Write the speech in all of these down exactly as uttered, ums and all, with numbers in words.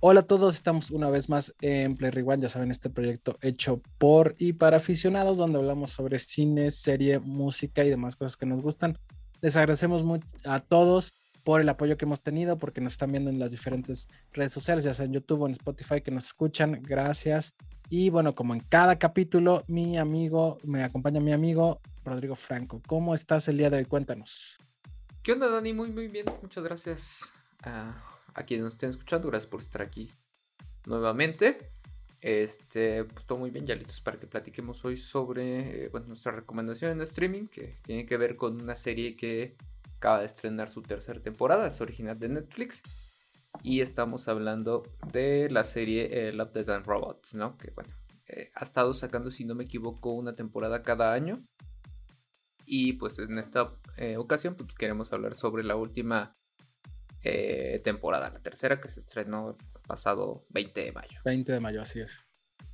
Hola a todos, estamos una vez más en Play Rewind, ya saben, este proyecto hecho por y para aficionados, donde hablamos sobre cine, serie, música y demás cosas que nos gustan. Les agradecemos mucho a todos por el apoyo que hemos tenido, porque nos están viendo en las diferentes redes sociales, ya sea en YouTube o en Spotify, que nos escuchan. Gracias. Y bueno, como en cada capítulo, mi amigo, me acompaña mi amigo Rodrigo Franco. ¿Cómo estás el día de hoy? Cuéntanos. ¿Qué onda, Dani? Muy, muy bien. Muchas gracias a, a quienes nos estén escuchando. Gracias por estar aquí nuevamente. Este, pues todo muy bien, ya listos para que platiquemos hoy sobre eh, bueno, nuestra recomendación en streaming, que tiene que ver con una serie que acaba de estrenar su tercera temporada, es original de Netflix. Y estamos hablando de la serie eh, Love, Death and Robots, ¿no? Que bueno, eh, ha estado sacando, si no me equivoco, una temporada cada año. Y pues en esta eh, ocasión pues, queremos hablar sobre la última eh, temporada, la tercera que se estrenó el pasado veinte de mayo. veinte de mayo, así es.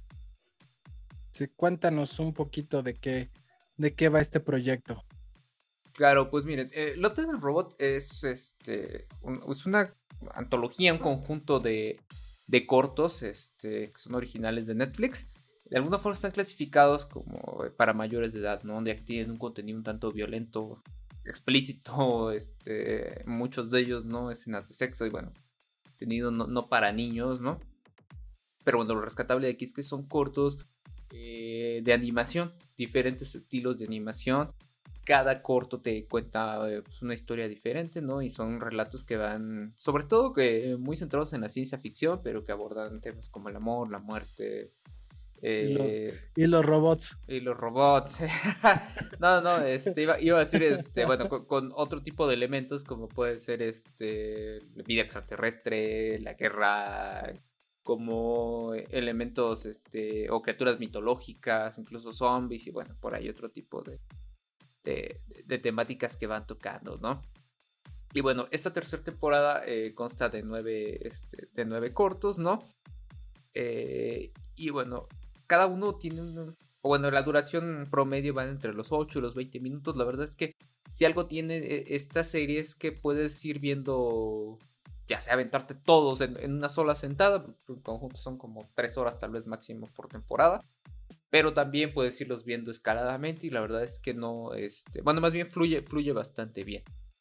Sí, cuéntanos un poquito de qué, de qué va este proyecto. Claro, pues miren, eh, Love, Death and Robot es, este, un, es una antología, un conjunto de, de cortos este, que son originales de Netflix. De alguna forma están clasificados como para mayores de edad, ¿no? Donde tienen un contenido un tanto violento, explícito, este, muchos de ellos, ¿no? Escenas de sexo y bueno, contenido no, no para niños, ¿no? Pero bueno, lo rescatable de aquí es que son cortos eh, de animación, diferentes estilos de animación. Cada corto te cuenta eh, pues una historia diferente, ¿no? Y son relatos que van, sobre todo, que eh, muy centrados en la ciencia ficción, pero que abordan temas como el amor, la muerte, Y, lo, eh, y los robots. y los robots. no, no, este, iba, iba a decir, este, bueno, con, con, otro tipo de elementos como puede ser, este, vida extraterrestre, la guerra, como elementos, este, o criaturas mitológicas, incluso zombies y bueno, por ahí otro tipo de, de, de temáticas que van tocando, ¿no? Y bueno, esta tercera temporada eh, consta de nueve, este, de nueve cortos, ¿no? Eh, y bueno, cada uno tiene un... O bueno, la duración promedio va entre los ocho y los veinte minutos. La verdad es que si algo tiene esta serie es que puedes ir viendo, ya sea aventarte todos en, en una sola sentada. En conjunto son como tres horas tal vez máximo por temporada. Pero también puedes irlos viendo escaladamente y la verdad es que no, este, bueno, más bien fluye, fluye bastante bien.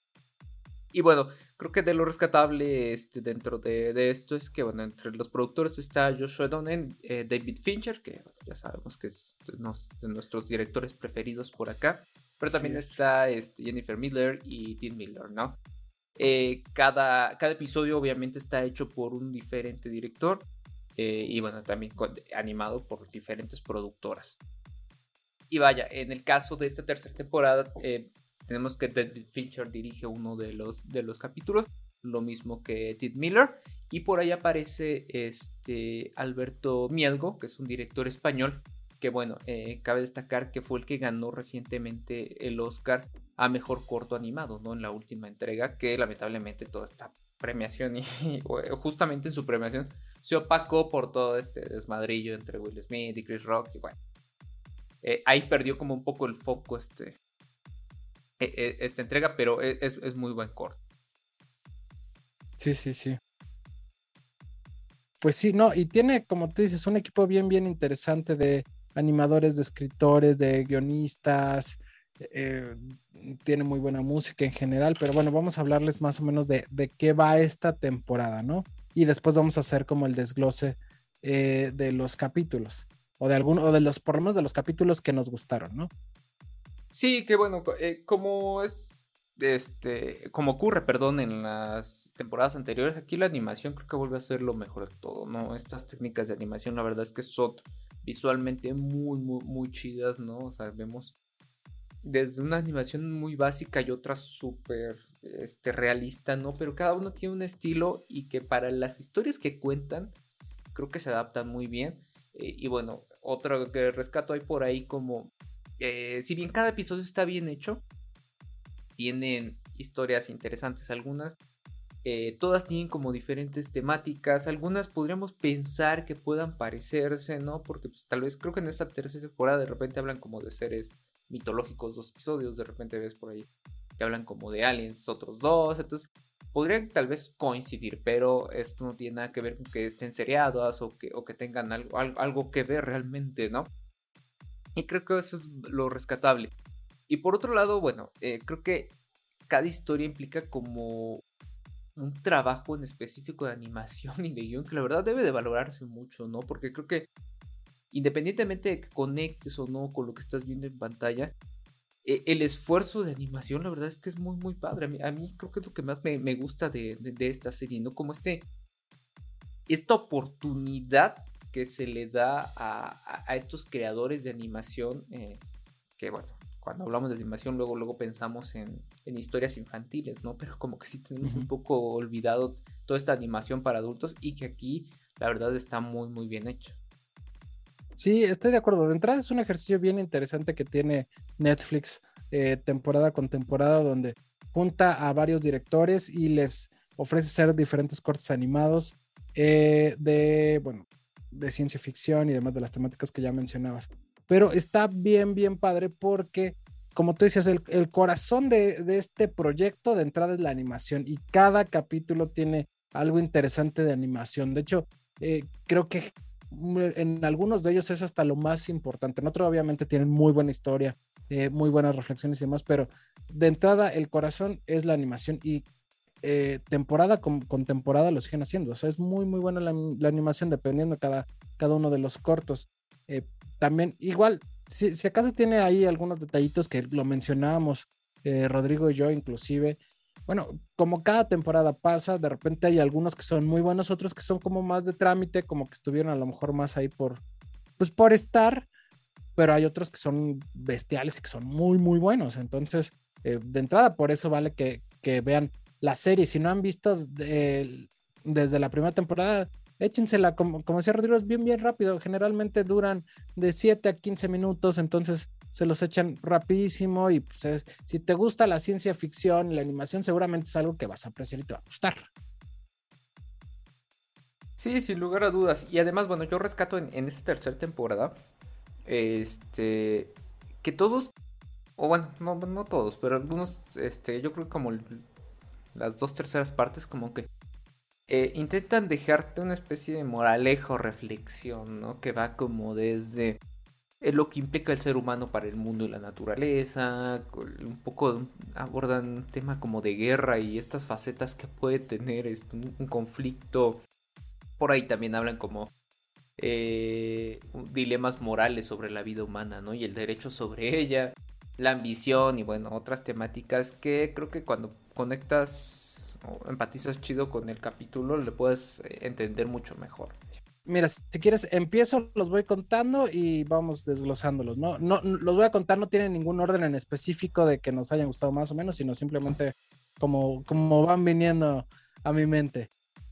Y bueno, creo que de lo rescatable este, dentro de, de esto es que, bueno, entre los productores está Joshua Donen, eh, David Fincher, que bueno, ya sabemos que es de, nos, de nuestros directores preferidos por acá, pero también Sí, está este, Jennifer Miller y Tim Miller, ¿no? Eh, cada, cada episodio obviamente está hecho por un diferente director eh, y bueno, también con, animado por diferentes productoras. Y vaya, en el caso de esta tercera temporada, eh, tenemos que David Fincher dirige uno de los, de los capítulos, lo mismo que Tim Miller. Y por ahí aparece este Alberto Mielgo, que es un director español, que bueno, eh, cabe destacar que fue el que ganó recientemente el Oscar a Mejor Corto Animado, ¿no? En la última entrega, que lamentablemente toda esta premiación y justamente en su premiación se opacó por todo este desmadrillo entre Will Smith y Chris Rock y bueno. Eh, ahí perdió como un poco el foco este, eh, esta entrega, pero es, es muy buen corto. Sí, sí, sí. Pues sí, no, y tiene, como tú dices, un equipo bien, bien interesante de animadores, de escritores, de guionistas, eh, tiene muy buena música en general, pero bueno, vamos a hablarles más o menos de, de qué va esta temporada, ¿no? Y después vamos a hacer como el desglose eh, de los capítulos, o de alguno, o de los, por lo menos de los capítulos que nos gustaron, ¿no? Sí, que bueno, eh, como es, este, como ocurre, perdón, en las temporadas anteriores, aquí la animación creo que vuelve a ser lo mejor de todo, ¿no? Estas técnicas de animación, la verdad es que son visualmente muy, muy, muy chidas, ¿no? O sea, vemos desde una animación muy básica y otra súper este, realista, ¿no? Pero cada uno tiene un estilo y que para las historias que cuentan, creo que se adaptan muy bien. Eh, y bueno, otro que rescato hay por ahí como, eh, si bien cada episodio está bien hecho, tienen historias interesantes algunas. Eh, todas tienen como diferentes temáticas. Algunas podríamos pensar que puedan parecerse, ¿no? Porque pues tal vez creo que en esta tercera temporada de repente hablan como de seres mitológicos dos episodios. De repente ves por ahí que hablan como de aliens otros dos. Entonces podrían tal vez coincidir, pero esto no tiene nada que ver con que estén seriadas o que, o que tengan algo, algo, algo que ver realmente, ¿no? Y creo que eso es lo rescatable. Y por otro lado, bueno, eh, creo que cada historia implica como un trabajo en específico de animación y de guión que la verdad debe de valorarse mucho, ¿no? Porque creo que independientemente de que conectes o no con lo que estás viendo en pantalla, eh, el esfuerzo de animación la verdad es que es muy muy padre. A mí, a mí creo que es lo que más me, me gusta de, de, de esta serie, ¿no? Como este, esta oportunidad que se le da a, a, a estos creadores de animación, eh, que bueno, cuando hablamos de animación luego, luego pensamos en, en historias infantiles, ¿no? Pero como que sí tenemos uh-huh. un poco olvidado toda esta animación para adultos y que aquí la verdad está muy muy bien hecho. Sí, estoy de acuerdo. De entrada es un ejercicio bien interesante que tiene Netflix eh, temporada con temporada, donde junta a varios directores y les ofrece hacer diferentes cortes animados eh, de, bueno, de ciencia ficción y demás de las temáticas que ya mencionabas. Pero está bien, bien padre porque, como tú decías, el, el corazón de, de este proyecto de entrada es la animación y cada capítulo tiene algo interesante de animación. De hecho, eh, creo que en algunos de ellos es hasta lo más importante. En otros obviamente tienen muy buena historia, eh, muy buenas reflexiones y demás, pero de entrada el corazón es la animación y eh, temporada con, con temporada lo siguen haciendo. O sea, es muy muy buena la, la animación dependiendo de cada, cada uno de los cortos. Eh, también igual, si, si acaso tiene ahí algunos detallitos que lo mencionábamos eh, Rodrigo y yo inclusive. Bueno, como cada temporada pasa, de repente hay algunos que son muy buenos, otros que son como más de trámite, como que estuvieron a lo mejor más ahí por, pues por estar, pero hay otros que son bestiales y que son muy, muy buenos. Entonces, eh, de entrada, por eso vale que, que vean la serie. Si no han visto de, desde la primera temporada, échensela, como, como decía Rodrigo, bien, bien rápido. Generalmente duran de siete a quince minutos, entonces se los echan rapidísimo y pues, es, si te gusta la ciencia ficción y la animación, seguramente es algo que vas a apreciar y te va a gustar. Sí, sin lugar a dudas. Y además, bueno, yo rescato en, en esta tercera temporada, este, que todos, o bueno, no, no todos, pero algunos, este, yo creo que como el, las dos terceras partes, como que eh, intentan dejarte una especie de moraleja o reflexión, ¿no? Que va como desde lo que implica el ser humano para el mundo y la naturaleza, un poco abordan un tema como de guerra y estas facetas que puede tener este, un conflicto. Por ahí también hablan como eh, dilemas morales sobre la vida humana, ¿no? Y el derecho sobre ella, la ambición y bueno, otras temáticas que creo que cuando conectas o empatizas chido con el capítulo le puedes entender mucho mejor. Mira, si quieres, empiezo, los voy contando y vamos desglosándolos, ¿no? No, los voy a contar, no tienen ningún orden en específico de que nos hayan gustado más o menos, sino simplemente como, como van viniendo a mi mente.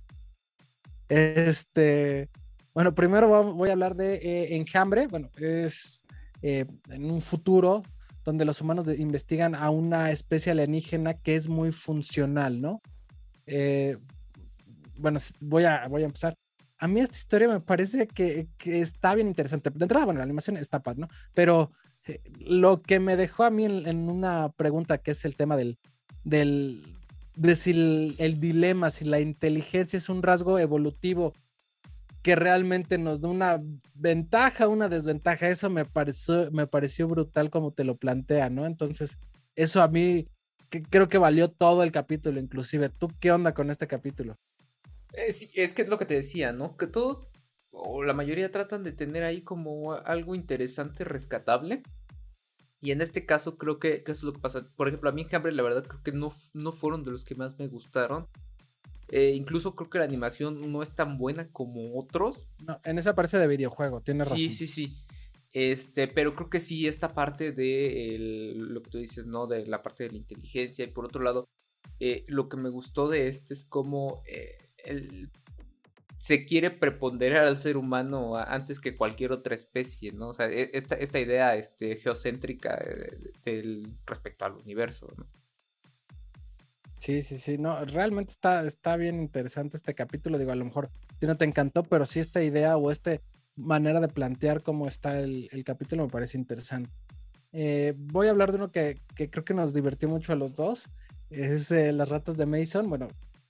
Este, bueno, primero voy a hablar de eh, Enjambre. Bueno, es eh, en un futuro donde los humanos de, investigan a una especie alienígena que es muy funcional, ¿no? Eh, bueno, voy a, voy a empezar. A mí esta historia me parece que, que está bien interesante. De entrada, bueno, la animación está padre, ¿no? Pero eh, lo que me dejó a mí en, en una pregunta que es el tema del, del de si el, el dilema, si la inteligencia es un rasgo evolutivo que realmente nos da una ventaja, una desventaja, eso me pareció, me pareció brutal como te lo plantea, ¿no? Entonces, eso a mí que, creo que valió todo el capítulo, inclusive. ¿Tú qué onda con este capítulo? Eh, sí, es que es lo que te decía, ¿no? Que todos, o la mayoría tratan de tener ahí como algo interesante, rescatable. Y en este caso creo que, que eso es lo que pasa. Por ejemplo, a mí Enjambre la verdad creo que no, no fueron de los que más me gustaron. Eh, incluso creo que la animación no es tan buena como otros. No, en esa parece de videojuego, tienes razón. Sí, sí, sí. Este, pero creo que sí, esta parte de el, lo que tú dices, ¿no? De la parte de la inteligencia. Y por otro lado, eh, lo que me gustó de este es como eh, el, se quiere preponderar al ser humano a, antes que cualquier otra especie, ¿no? O sea, esta, esta idea este, geocéntrica del, respecto al universo, ¿no? Sí, sí, sí, no, realmente está, está bien interesante este capítulo, digo, a lo mejor si no te encantó, pero sí esta idea o esta manera de plantear cómo está el, el capítulo me parece interesante. Eh, voy a hablar de uno que, que creo que nos divirtió mucho a los dos, es eh, Las ratas de Mason. Bueno,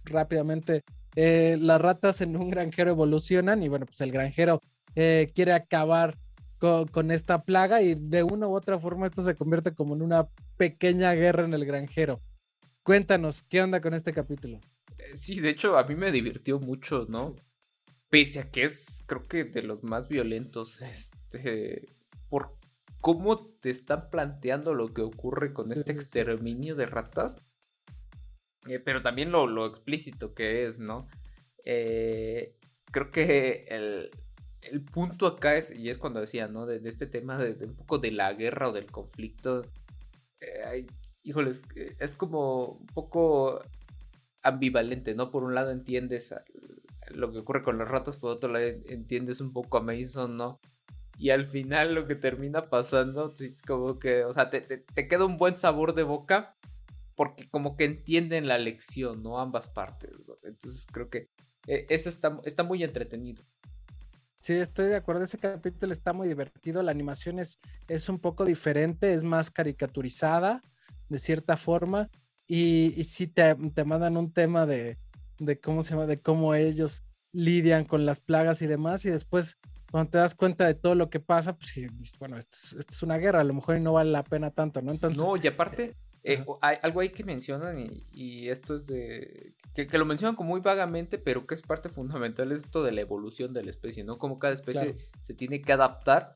rápidamente, eh, las ratas en un granjero evolucionan y bueno, pues el granjero eh, quiere acabar con, con esta plaga y de una u otra forma esto se convierte como en una pequeña guerra en el granjero. Cuéntanos, ¿qué onda con este capítulo? Sí, de hecho a mí me divirtió mucho, ¿no? Pese a que es, creo que de los más violentos, este, por cómo te están planteando lo que ocurre con Sí, este sí, sí. exterminio de ratas, eh, pero también lo, lo explícito que es, ¿no? Eh, creo que el, el punto acá es, y es cuando decía, ¿no? De, de este tema de, de un poco de la guerra o del conflicto, eh, ay, híjoles, es como un poco ambivalente, ¿no? Por un lado entiendes a, lo que ocurre con los ratos, por otro lado entiendes un poco a Mason, ¿no? Y al final lo que termina pasando, sí, como que, o sea, te, te, te queda un buen sabor de boca porque como que entienden la lección, ¿no? Ambas partes, ¿no? Entonces creo que eh, eso está, está muy entretenido. Sí, estoy de acuerdo, ese capítulo está muy divertido, la animación es, es un poco diferente, es más caricaturizada de cierta forma y, y sí te, te mandan un tema de, de cómo se llama, de cómo ellos lidian con las plagas y demás y después cuando te das cuenta de todo lo que pasa, pues sí, dices, bueno, esto es, esto es una guerra, a lo mejor no vale la pena tanto, ¿no? Entonces, No, y aparte, eh, ajá, hay algo ahí que mencionan y, y esto es de... Que, que lo mencionan como muy vagamente, pero que es parte fundamental, es esto de la evolución de la especie, ¿no? Como cada especie claro. se tiene que adaptar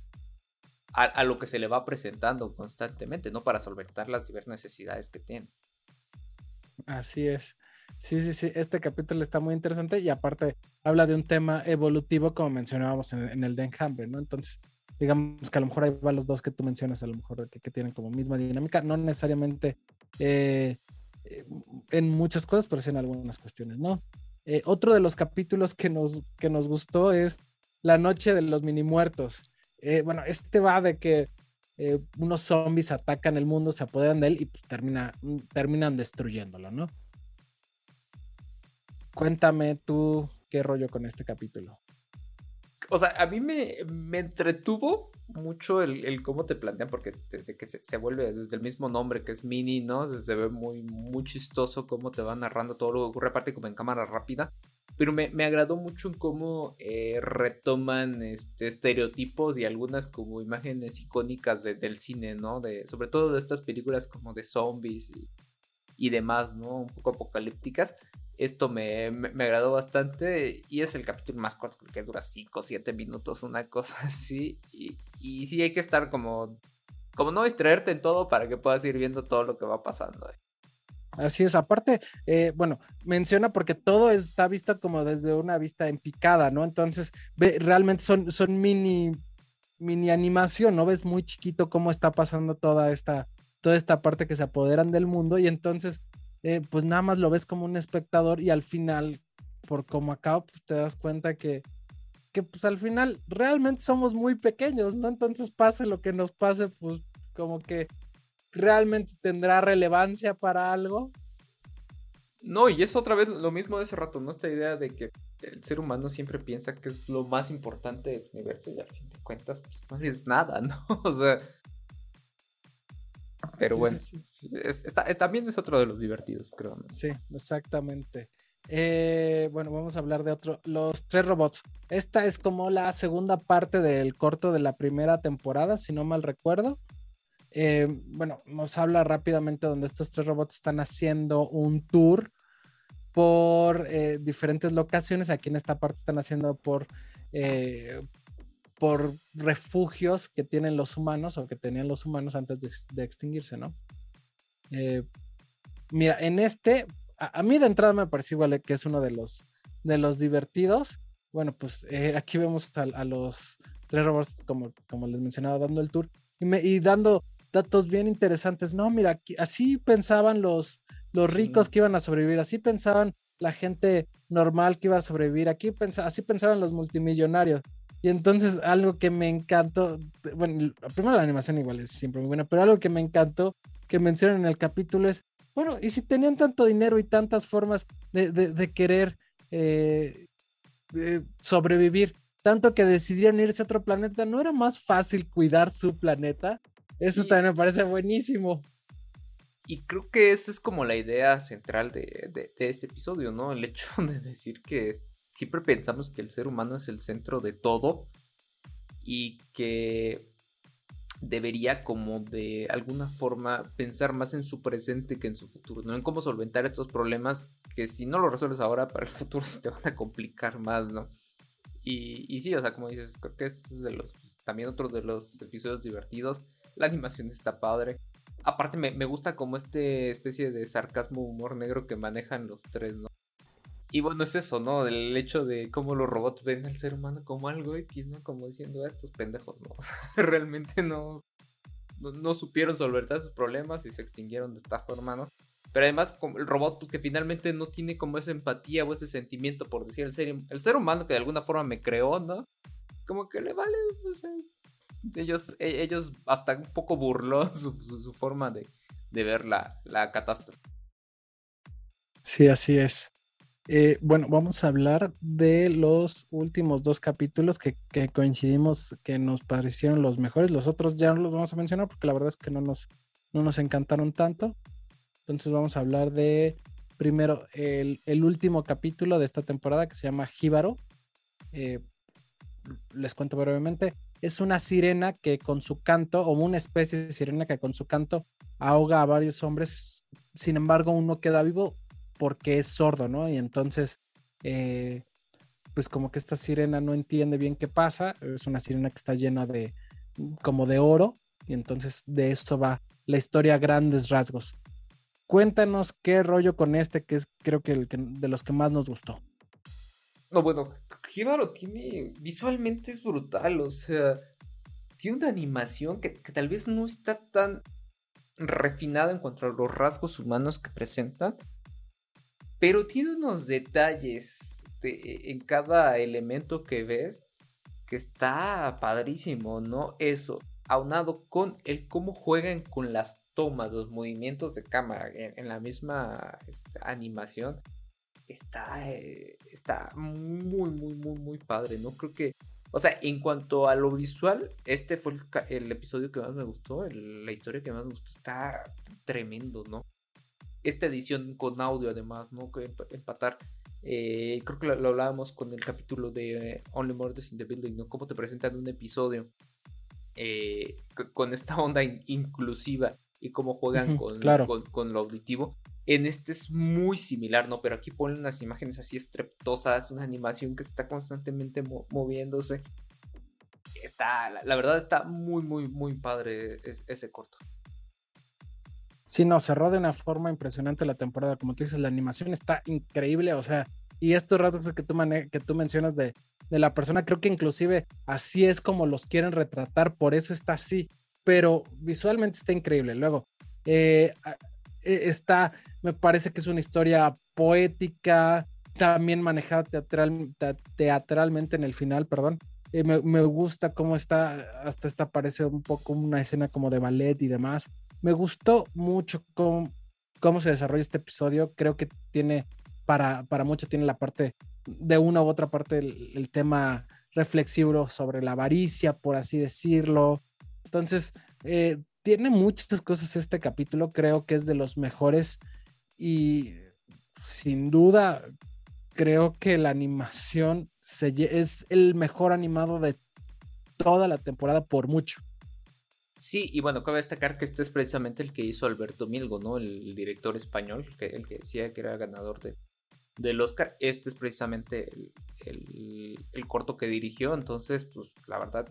a, a lo que se le va presentando constantemente, ¿no? Para solventar las diversas necesidades que tiene. Así es. Sí, sí, sí, este capítulo está muy interesante y aparte habla de un tema evolutivo como mencionábamos en, en el de Enjambre, ¿no? Entonces, digamos que a lo mejor ahí van los dos que tú mencionas, a lo mejor que, que tienen como misma dinámica, no necesariamente eh, eh, en muchas cosas, pero sí en algunas cuestiones, ¿no? Eh, otro de los capítulos que nos, que nos gustó es La Noche de los Mini Muertos. Eh, bueno, este va de que eh, unos zombies atacan el mundo, se apoderan de él y pues, termina, terminan destruyéndolo, ¿no? Cuéntame tú qué rollo con este capítulo. O sea, a mí me, me entretuvo mucho el, el cómo te plantean, porque desde que se, se vuelve, desde el mismo nombre que es Mini, ¿no? Se, se ve muy, muy chistoso cómo te van narrando todo lo que ocurre, aparte como en cámara rápida. Pero me, me agradó mucho en cómo eh, retoman este, estereotipos y algunas como imágenes icónicas de, del cine, ¿no? De, sobre todo de estas películas como de zombies y, y demás, ¿no? Un poco apocalípticas. Esto me, me, me agradó bastante y es el capítulo más corto, creo que dura cinco o siete minutos, una cosa así. Y, y sí hay que estar como, como no distraerte en todo para que puedas ir viendo todo lo que va pasando. Así es, aparte, eh, bueno, menciona porque todo está visto como desde una vista en picada, ¿no? Entonces, ve, realmente son, son mini, mini animación, ¿no? Ves muy chiquito cómo está pasando toda esta, toda esta parte que se apoderan del mundo y entonces, eh, pues nada más lo ves como un espectador y al final, por cómo acaba, pues te das cuenta que, que pues al final realmente somos muy pequeños, ¿no? Entonces pase lo que nos pase, pues como que realmente tendrá relevancia para algo. No, y es otra vez lo mismo de ese rato, ¿no? Esta idea de que el ser humano siempre piensa que es lo más importante del universo y al fin de cuentas, pues no es nada, ¿no? O sea. Pero Sí, bueno, sí, sí. es, está, también es otro de los divertidos, creo, ¿no? Sí, exactamente. Eh, bueno, vamos a hablar de otro. Los tres robots. Esta es como la segunda parte del corto de la primera temporada, si no mal recuerdo. Eh, bueno, nos habla rápidamente donde estos tres robots están haciendo un tour por eh, diferentes locaciones. Aquí en esta parte están haciendo por, eh, por refugios que tienen los humanos o que tenían los humanos antes de, de extinguirse, ¿no? Eh, mira, en este, a, a, mí de entrada me parece igual que es uno de los, de los divertidos. Bueno, pues eh, aquí vemos a, a los tres robots, como, como les mencionaba, dando el tour y, me, y dando datos bien interesantes. No, mira, aquí, así pensaban los, los Sí. ricos que iban a sobrevivir, así pensaban la gente normal que iba a sobrevivir, aquí pensa, así pensaban los multimillonarios. Y entonces algo que me encantó, bueno, primero la animación igual es siempre muy buena, pero algo que me encantó que mencionan en el capítulo es, bueno, y si tenían tanto dinero y tantas formas de, de, de querer eh, de sobrevivir, tanto que decidieron irse a otro planeta, ¿no era más fácil cuidar su planeta? Eso Y, también me parece buenísimo. Y creo que esa es como la idea central de, de, de ese episodio, ¿no? El hecho de decir que siempre pensamos que el ser humano es el centro de todo y que debería como de alguna forma pensar más en su presente que en su futuro, ¿no? En cómo solventar estos problemas que si no lo resuelves ahora, para el futuro se te van a complicar más, ¿no? Y, y sí, o sea, como dices, creo que es de los, también otro de los episodios divertidos. La animación está padre. Aparte me, me gusta como este especie de sarcasmo, humor negro que manejan los tres, ¿no? Y bueno, es eso, ¿no? El hecho de cómo los robots ven al ser humano como algo X, ¿no? Como diciendo, "Ah, estos pendejos, ¿no?" O sea, realmente no, no, no supieron solventar sus problemas y se extinguieron de esta forma, ¿no? Pero además, como el robot, pues que finalmente no tiene como esa empatía o ese sentimiento, por decir, el ser, el ser humano que de alguna forma me creó, ¿no? Como que le vale, o sea, ellos, ellos hasta un poco burló su, su, su forma de, de ver la, la catástrofe. Sí, así es. Eh, bueno, vamos a hablar de los últimos dos capítulos que, que coincidimos que nos parecieron los mejores. Los otros ya no los vamos a mencionar porque la verdad es que no nos, no nos encantaron tanto. Entonces vamos a hablar de primero el, el último capítulo de esta temporada que se llama Jíbaro. Eh, les cuento brevemente. Es una sirena que con su canto, o una especie de sirena que con su canto ahoga a varios hombres. Sin embargo, uno queda vivo porque es sordo, ¿no? Y entonces, eh, pues como que esta sirena no entiende bien qué pasa. Es una sirena que está llena de, como de oro. Y entonces de esto va la historia a grandes rasgos. Cuéntanos qué rollo con este, que es creo que el que, de los que más nos gustó. No, bueno, Jíbaro tiene, visualmente es brutal, o sea, tiene una animación que, que tal vez no está tan refinada en cuanto a los rasgos humanos que presenta, pero tiene unos detalles de, en cada elemento que ves que está padrísimo, ¿no? Eso, aunado con el cómo juegan con las tomas, los movimientos de cámara en, en la misma este, animación, está, eh, está muy, muy, muy, muy padre, ¿no? Creo que, o sea, en cuanto a lo visual, este fue el, el episodio que más me gustó, el, la historia que más me gustó, está tremendo, ¿no? Esta edición con audio además, ¿no? Que empatar, eh, creo que lo, lo hablábamos con el capítulo de eh, Only Murders in the Building, ¿no? Cómo te presentan un episodio eh, con esta onda in- inclusiva y cómo juegan Uh-huh, con, claro. con, con lo auditivo. En este es muy similar, ¿no? Pero aquí ponen unas imágenes así estrepitosas, una animación que está constantemente mo- moviéndose. Está, la, la verdad está muy, muy, muy padre es, ese corto. Sí, no, cerró de una forma impresionante la temporada. Como tú dices, la animación está increíble, o sea, y estos rasgos que tú, mane- que tú mencionas de, de la persona, creo que inclusive así es como los quieren retratar, por eso está así, pero visualmente está increíble. Luego, eh, está, me parece que es una historia poética, también manejada teatral, te, teatralmente en el final, perdón. Eh, me, me gusta cómo está, hasta esta parece un poco una escena como de ballet y demás. Me gustó mucho cómo, cómo se desarrolla este episodio. Creo que tiene, para, para mucho, tiene la parte, de una u otra parte, el, el tema reflexivo sobre la avaricia, por así decirlo. Entonces, eh, tiene muchas cosas este capítulo. Creo que es de los mejores y sin duda creo que la animación se, es el mejor animado de toda la temporada por mucho. Sí, y bueno, cabe destacar que este es precisamente el que hizo Alberto Milgo, ¿no? El, el director español, que, el que decía que era ganador de, del Oscar. Este es precisamente el, el, el corto que dirigió, entonces, pues la verdad,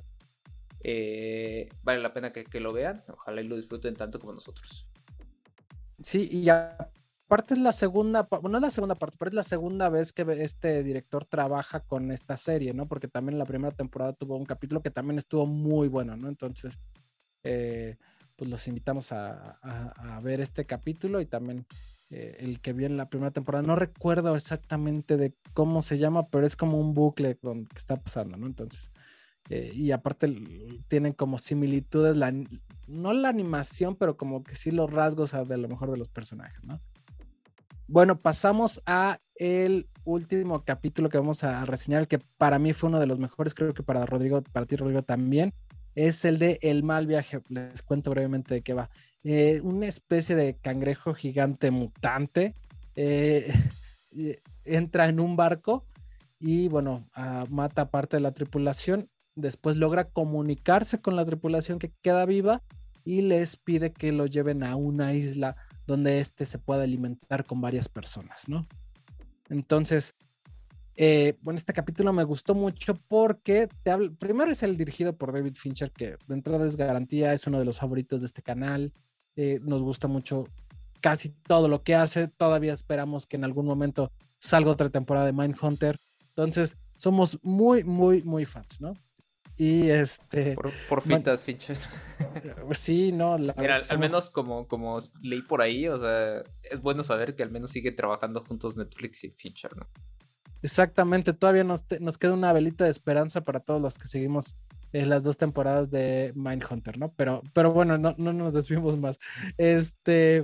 eh, vale la pena que, que lo vean. Ojalá y lo disfruten tanto como nosotros. Sí, y aparte es la segunda, bueno, no es la segunda parte, pero es la segunda vez que este director trabaja con esta serie, ¿no? Porque también en la primera temporada tuvo un capítulo que también estuvo muy bueno, ¿no? Entonces, eh, pues los invitamos a, a, a ver este capítulo y también eh, el que vi en la primera temporada. No recuerdo exactamente de cómo se llama, pero es como un bucle donde, que está pasando, ¿no? Entonces, eh, y aparte tienen como similitudes, la, no la animación, pero como que sí los rasgos de lo mejor de los personajes, ¿no? Bueno, pasamos a el último capítulo que vamos a reseñar, que para mí fue uno de los mejores, creo que para Rodrigo, para ti Rodrigo también, es el de El Mal Viaje. Les cuento brevemente de qué va. Eh, una especie de cangrejo gigante mutante eh, entra en un barco y bueno, uh, mata parte de la tripulación. Después logra comunicarse con la tripulación que queda viva y les pide que lo lleven a una isla donde éste se pueda alimentar con varias personas, ¿no? Entonces, eh, bueno, este capítulo me gustó mucho porque te habla, primero es el dirigido por David Fincher, que de entrada es garantía, es uno de los favoritos de este canal. Eh, nos gusta mucho casi todo lo que hace. Todavía esperamos que en algún momento salga otra temporada de Mindhunter. Entonces, somos muy, muy, muy fans, ¿no? Y este. Por, por fitas, Fincher. Sí, no, la Mira, verdad al, al menos como, como leí por ahí, o sea, es bueno saber que al menos sigue trabajando juntos Netflix y Fincher, ¿no? Exactamente, todavía nos, te, nos queda una velita de esperanza para todos los que seguimos eh, las dos temporadas de Mindhunter, ¿no? Pero, pero bueno, no, no nos desvimos más. Este.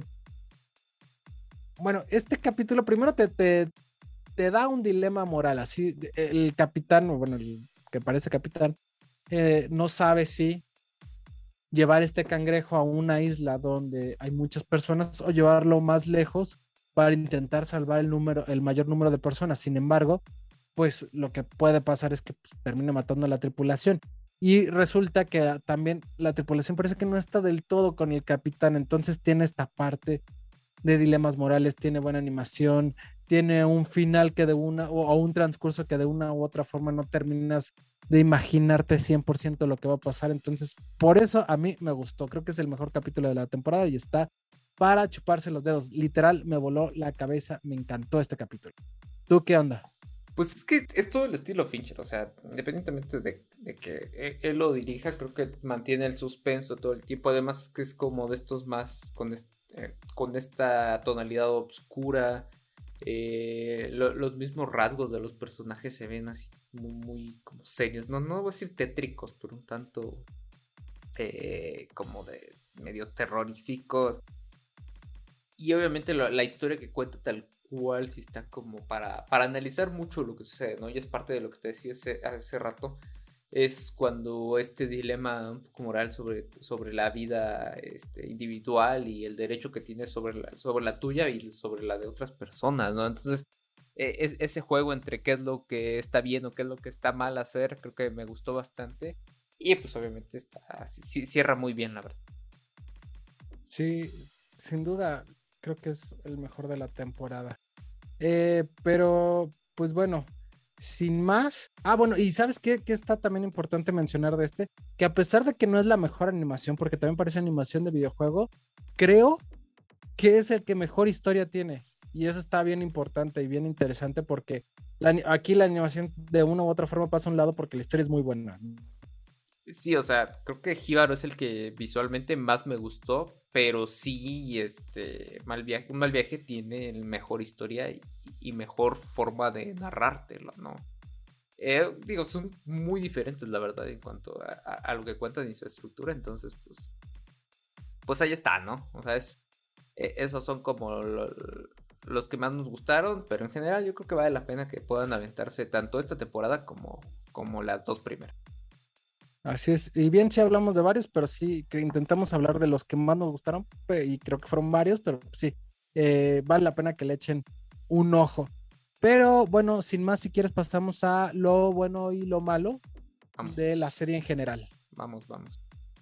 Bueno, este capítulo primero te, te, te da un dilema moral, así el capitán, o bueno, el que parece capitán, eh, no sabe si llevar este cangrejo a una isla donde hay muchas personas o llevarlo más lejos para intentar salvar el número, el mayor número de personas. Sin embargo, pues lo que puede pasar es que pues, termine matando a la tripulación. Y resulta que también la tripulación parece que no está del todo con el capitán, entonces tiene esta parte de dilemas morales, tiene buena animación, tiene un final que de una, o, o un transcurso que de una u otra forma no terminas de imaginarte cien por ciento lo que va a pasar. Entonces, por eso a mí me gustó. Creo que es el mejor capítulo de la temporada y está para chuparse los dedos. Literal, me voló la cabeza. Me encantó este capítulo. ¿Tú qué onda? Pues es que es todo el estilo Fincher, o sea, independientemente de, de que él lo dirija, creo que mantiene el suspenso todo el tiempo. Además, que es como de estos más con, este, eh, con esta tonalidad oscura. Eh, lo, los mismos rasgos de los personajes se ven así muy, muy como serios. No, no voy a decir tétricos, pero un tanto eh, como de medio terroríficos. Y obviamente la, la historia que cuenta tal cual sí está como para, para analizar mucho lo que sucede, ¿no? Y es parte de lo que te decía hace, hace rato. Es cuando este dilema un poco moral sobre, sobre la vida este, individual y el derecho que tienes sobre la, sobre la tuya y sobre la de otras personas, ¿no? Entonces, eh, es, ese juego entre qué es lo que está bien o qué es lo que está mal hacer, creo que me gustó bastante. Y pues obviamente está, sí, cierra muy bien, la verdad. Sí, sin duda, creo que es el mejor de la temporada. Eh, pero, pues bueno, sin más. Ah, bueno, y ¿sabes qué? Que está también importante mencionar de este, que a pesar de que no es la mejor animación, porque también parece animación de videojuego, creo que es el que mejor historia tiene. Y eso está bien importante y bien interesante porque la, aquí la animación de una u otra forma pasa a un lado porque la historia es muy buena. Sí, o sea, creo que Jíbaro es el que visualmente más me gustó, pero sí, este, Mal Viaje, un Mal Viaje tiene el mejor historia y, y mejor forma de narrártelo, ¿no? Eh, digo, son muy diferentes, la verdad, en cuanto a, a, a lo que cuentan y su estructura, entonces, pues, pues ahí está, ¿no? O sea, es, eh, esos son como lo, los que más nos gustaron, pero en general yo creo que vale la pena que puedan aventarse tanto esta temporada como, como las dos primeras. Así es, y bien sí hablamos de varios, pero sí que intentamos hablar de los que más nos gustaron, y creo que fueron varios, pero sí, eh, vale la pena que le echen un ojo. Pero bueno, sin más, si quieres pasamos a lo bueno y lo malo Vamos. De la serie en general. Vamos, vamos.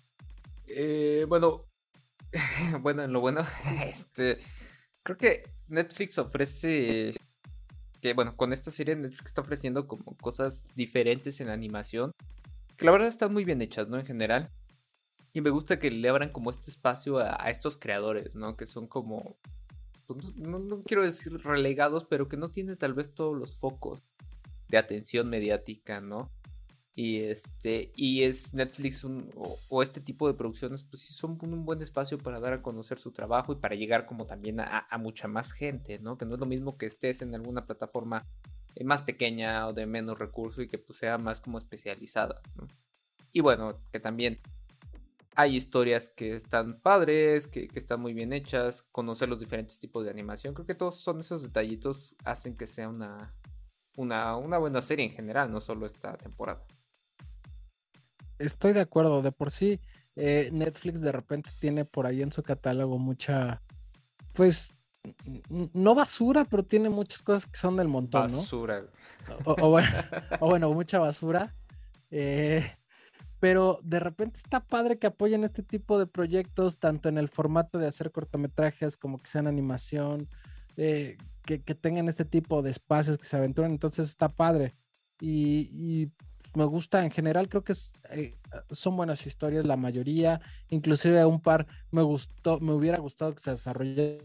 Eh, bueno, bueno, en lo bueno, este, creo que Netflix ofrece, que bueno, con esta serie Netflix está ofreciendo como cosas diferentes en animación, que la verdad están muy bien hechas, ¿no? En general. Y me gusta que le abran como este espacio a, a estos creadores, ¿no? Que son como, pues, no, no quiero decir relegados, pero que no tienen tal vez todos los focos de atención mediática, ¿no? Y este, y es Netflix un, o, o este tipo de producciones, pues sí son un, un buen espacio para dar a conocer su trabajo y para llegar como también a, a mucha más gente, ¿no? Que no es lo mismo que estés en alguna plataforma más pequeña o de menos recurso y que pues sea más como especializada, ¿no? Y bueno, que también hay historias que están padres, que, que están muy bien hechas, conocer los diferentes tipos de animación, creo que todos son esos detallitos hacen que sea una, una, una buena serie en general, no solo esta temporada. Estoy de acuerdo, de por sí, eh, Netflix de repente tiene por ahí en su catálogo mucha, pues, n- no basura, pero tiene muchas cosas que son del montón, ¿no? Basura. O, o bueno, o bueno, mucha basura. eh, pero de repente está padre que apoyen este tipo de proyectos, tanto en el formato de hacer cortometrajes como que sean animación, eh, que, que tengan este tipo de espacios que se aventuran, entonces está padre. Y, y me gusta en general, creo que es, eh, son buenas historias la mayoría, inclusive un par me gustó, me hubiera gustado que se desarrollaran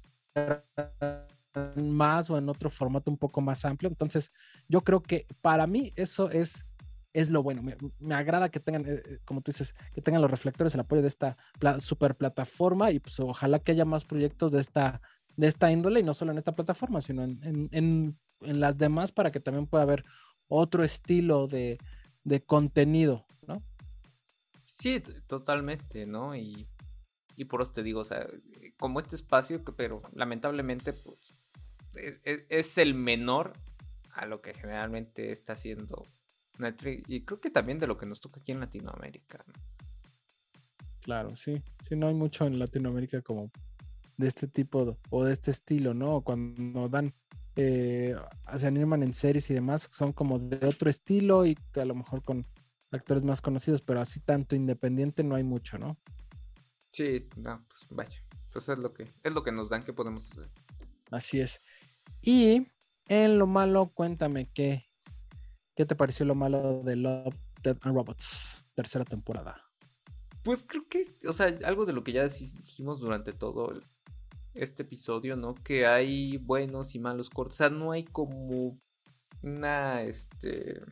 más o en otro formato un poco más amplio, entonces yo creo que para mí eso es es lo bueno. Me, me agrada que tengan, eh, como tú dices, que tengan los reflectores, el apoyo de esta pla super plataforma y pues ojalá que haya más proyectos de esta, de esta índole y no solo en esta plataforma, sino en, en, en, en las demás para que también pueda haber otro estilo de, de contenido, ¿no? Sí, t- totalmente, ¿no? Y, y por eso te digo, o sea, eh, como este espacio, que- pero lamentablemente, pues, es, es- es el menor a lo que generalmente está haciendo Netflix. Y creo que también de lo que nos toca aquí en Latinoamérica, ¿no? Claro, sí. Sí, no hay mucho en Latinoamérica como de este tipo de- o de este estilo, ¿no? Cuando dan, eh, se animan en series y demás, son como de otro estilo y que a lo mejor con actores más conocidos, pero así tanto independiente no hay mucho, ¿no? Sí, no, pues vaya. Pues es lo que, es lo que nos dan, que podemos hacer. Así es. Y en lo malo, cuéntame, ¿qué, qué te pareció lo malo de Love, Death and Robots, tercera temporada? Pues creo que, o sea, algo de lo que ya dijimos durante todo el- este episodio, ¿no? Que hay buenos y malos cortos. O sea, no hay como una, este,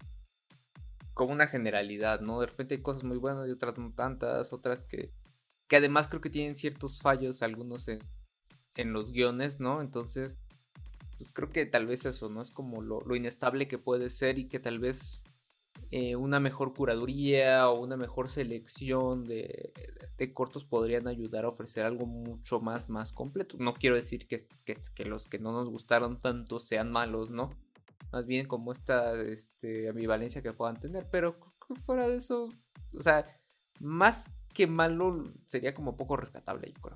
como una generalidad, ¿no? De repente hay cosas muy buenas y otras no tantas, otras que, que además creo que tienen ciertos fallos, algunos en, en los guiones, ¿no? Entonces, pues creo que tal vez eso, ¿no? Es como lo, lo inestable que puede ser y que tal vez eh, una mejor curaduría o una mejor selección de, de, cortos podrían ayudar a ofrecer algo mucho más, más completo. No quiero decir que, que, que los que no nos gustaron tanto sean malos, ¿no? Más bien como esta este, ambivalencia que puedan tener, pero fuera de eso, o sea, más que malo sería como poco rescatable, yo creo.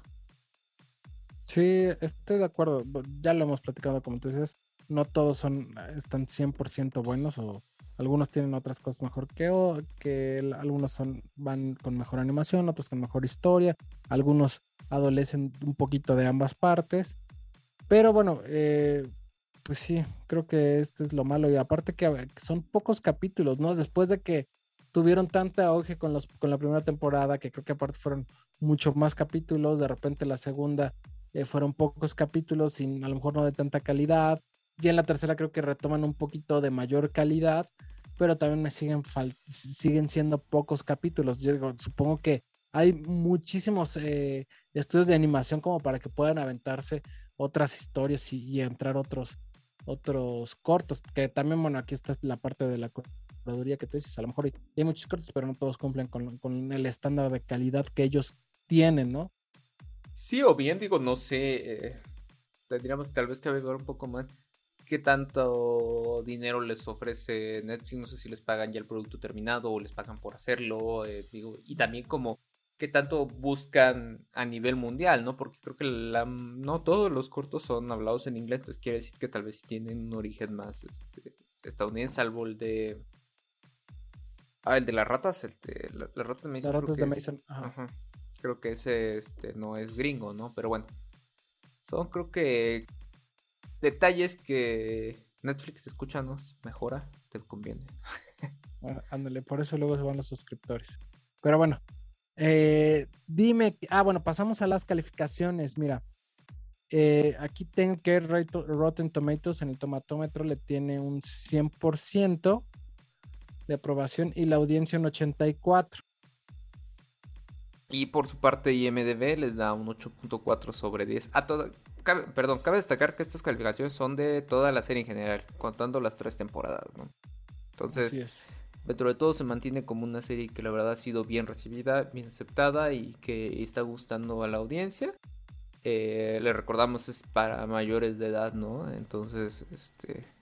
Sí, estoy de acuerdo. Ya lo hemos platicado, como tú dices, no todos son, están cien por ciento buenos o algunos tienen otras cosas mejor que, o, que el- algunos son, van con mejor animación, otros con mejor historia, algunos adolecen un poquito de ambas partes, pero bueno, eh, pues sí, creo que este es lo malo y aparte que a- son pocos capítulos, ¿no? Después de que tuvieron tanta auge con los, con la primera temporada, que creo que aparte fueron mucho más capítulos, de repente la segunda eh, fueron pocos capítulos y a lo mejor no de tanta calidad. Y en la tercera creo que retoman un poquito de mayor calidad, pero también me siguen, fal- siguen siendo pocos capítulos. Yo digo, supongo que hay muchísimos eh, estudios de animación como para que puedan aventarse otras historias y, y entrar otros, otros cortos, que también, bueno, aquí está la parte de la curaduría que tú dices, a lo mejor hay, hay muchos cortos, pero no todos cumplen con, con el estándar de calidad que ellos tienen, ¿no? Sí, o bien digo, no sé, eh, tendríamos tal vez que averiguar un poco más qué tanto dinero les ofrece Netflix, no sé si les pagan ya el producto terminado o les pagan por hacerlo, eh, digo, y también como qué tanto buscan a nivel mundial, ¿no? Porque creo que la, no todos los cortos son hablados en inglés, entonces quiere decir que tal vez tienen un origen más este, estadounidense, salvo el de... Ah, el de las ratas, el de la, la rata me hizo, Las creo ratas que de es... Mason, ajá. Ajá, creo que ese este, no es gringo, ¿no? Pero bueno, son creo que detalles que Netflix escúchanos, mejora, te conviene. Ah, ándale, por eso luego se van los suscriptores. Pero bueno, eh, dime, ah, bueno, pasamos a las calificaciones. Mira, eh, aquí tengo que Rotten Tomatoes en el tomatómetro le tiene un cien por ciento de aprobación y la audiencia un ochenta y cuatro. Y por su parte I M D B les da un ocho punto cuatro sobre diez. A toda, cabe, perdón, cabe destacar que estas calificaciones son de toda la serie en general, contando las tres temporadas, ¿no? Así Entonces, es. dentro de todo se mantiene como una serie que la verdad ha sido bien recibida, bien aceptada y que está gustando a la audiencia. Eh, le recordamos es para mayores de edad, ¿no? Entonces, este,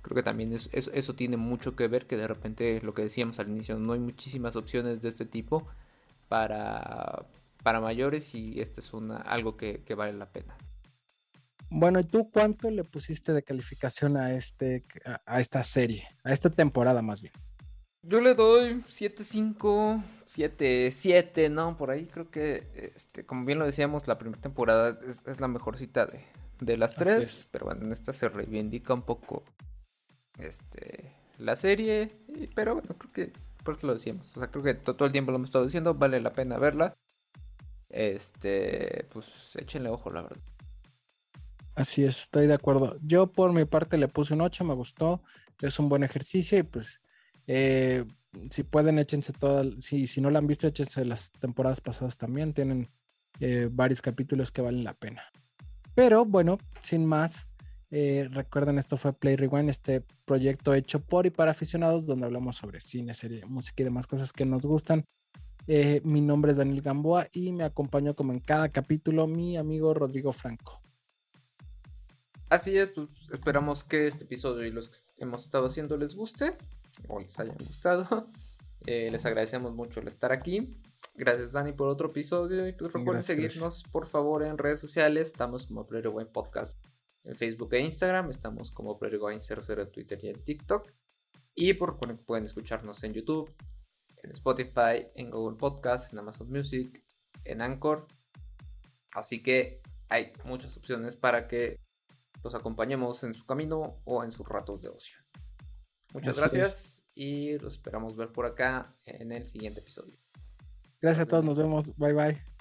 Creo que también es, es- eso tiene mucho que ver, que de repente lo que decíamos al inicio, no hay muchísimas opciones de este tipo para, para mayores y este es una, algo que, que vale la pena. Bueno, ¿y tú cuánto le pusiste de calificación a este, a, a esta serie, a esta temporada más bien? Yo le doy siete cinco siete siete ¿no? Por ahí creo que, este, como bien lo decíamos, la primera temporada es, es la mejorcita de, de las Así tres, es. pero bueno, en esta se reivindica un poco este, la serie, y- pero bueno, creo que por eso lo decíamos, o sea, creo que to- todo el tiempo lo hemos estado diciendo, vale la pena verla, este, pues échenle ojo, la verdad. Así es, estoy de acuerdo. Yo por mi parte le puse un ocho, me gustó, es un buen ejercicio y pues eh, si pueden échense todas, si, si no la han visto, échense las temporadas pasadas también, tienen eh, varios capítulos que valen la pena. Pero bueno, sin más, eh, recuerden, esto fue Play Rewind, este proyecto hecho por y para aficionados donde hablamos sobre cine, serie, música y demás cosas que nos gustan. Eh, mi nombre es Daniel Gamboa y me acompañó como en cada capítulo mi amigo Rodrigo Franco. Así es, pues esperamos que este episodio y los que hemos estado haciendo les guste o les hayan gustado. Eh, les agradecemos mucho el estar aquí. Gracias, Dani, por otro episodio. Y pues recuerden Gracias, gracias. seguirnos, por favor, en redes sociales. Estamos como Play Rewind Podcast en Facebook e Instagram. Estamos como Play Rewind cero cero en Twitter y en TikTok. Y por pueden escucharnos en YouTube, en Spotify, en Google Podcast, en Amazon Music, en Anchor. Así que hay muchas opciones para que los acompañemos en su camino o en sus ratos de ocio. Muchas Así gracias es. y los esperamos ver por acá en el siguiente episodio. Gracias a todos, nos vemos. Bye bye.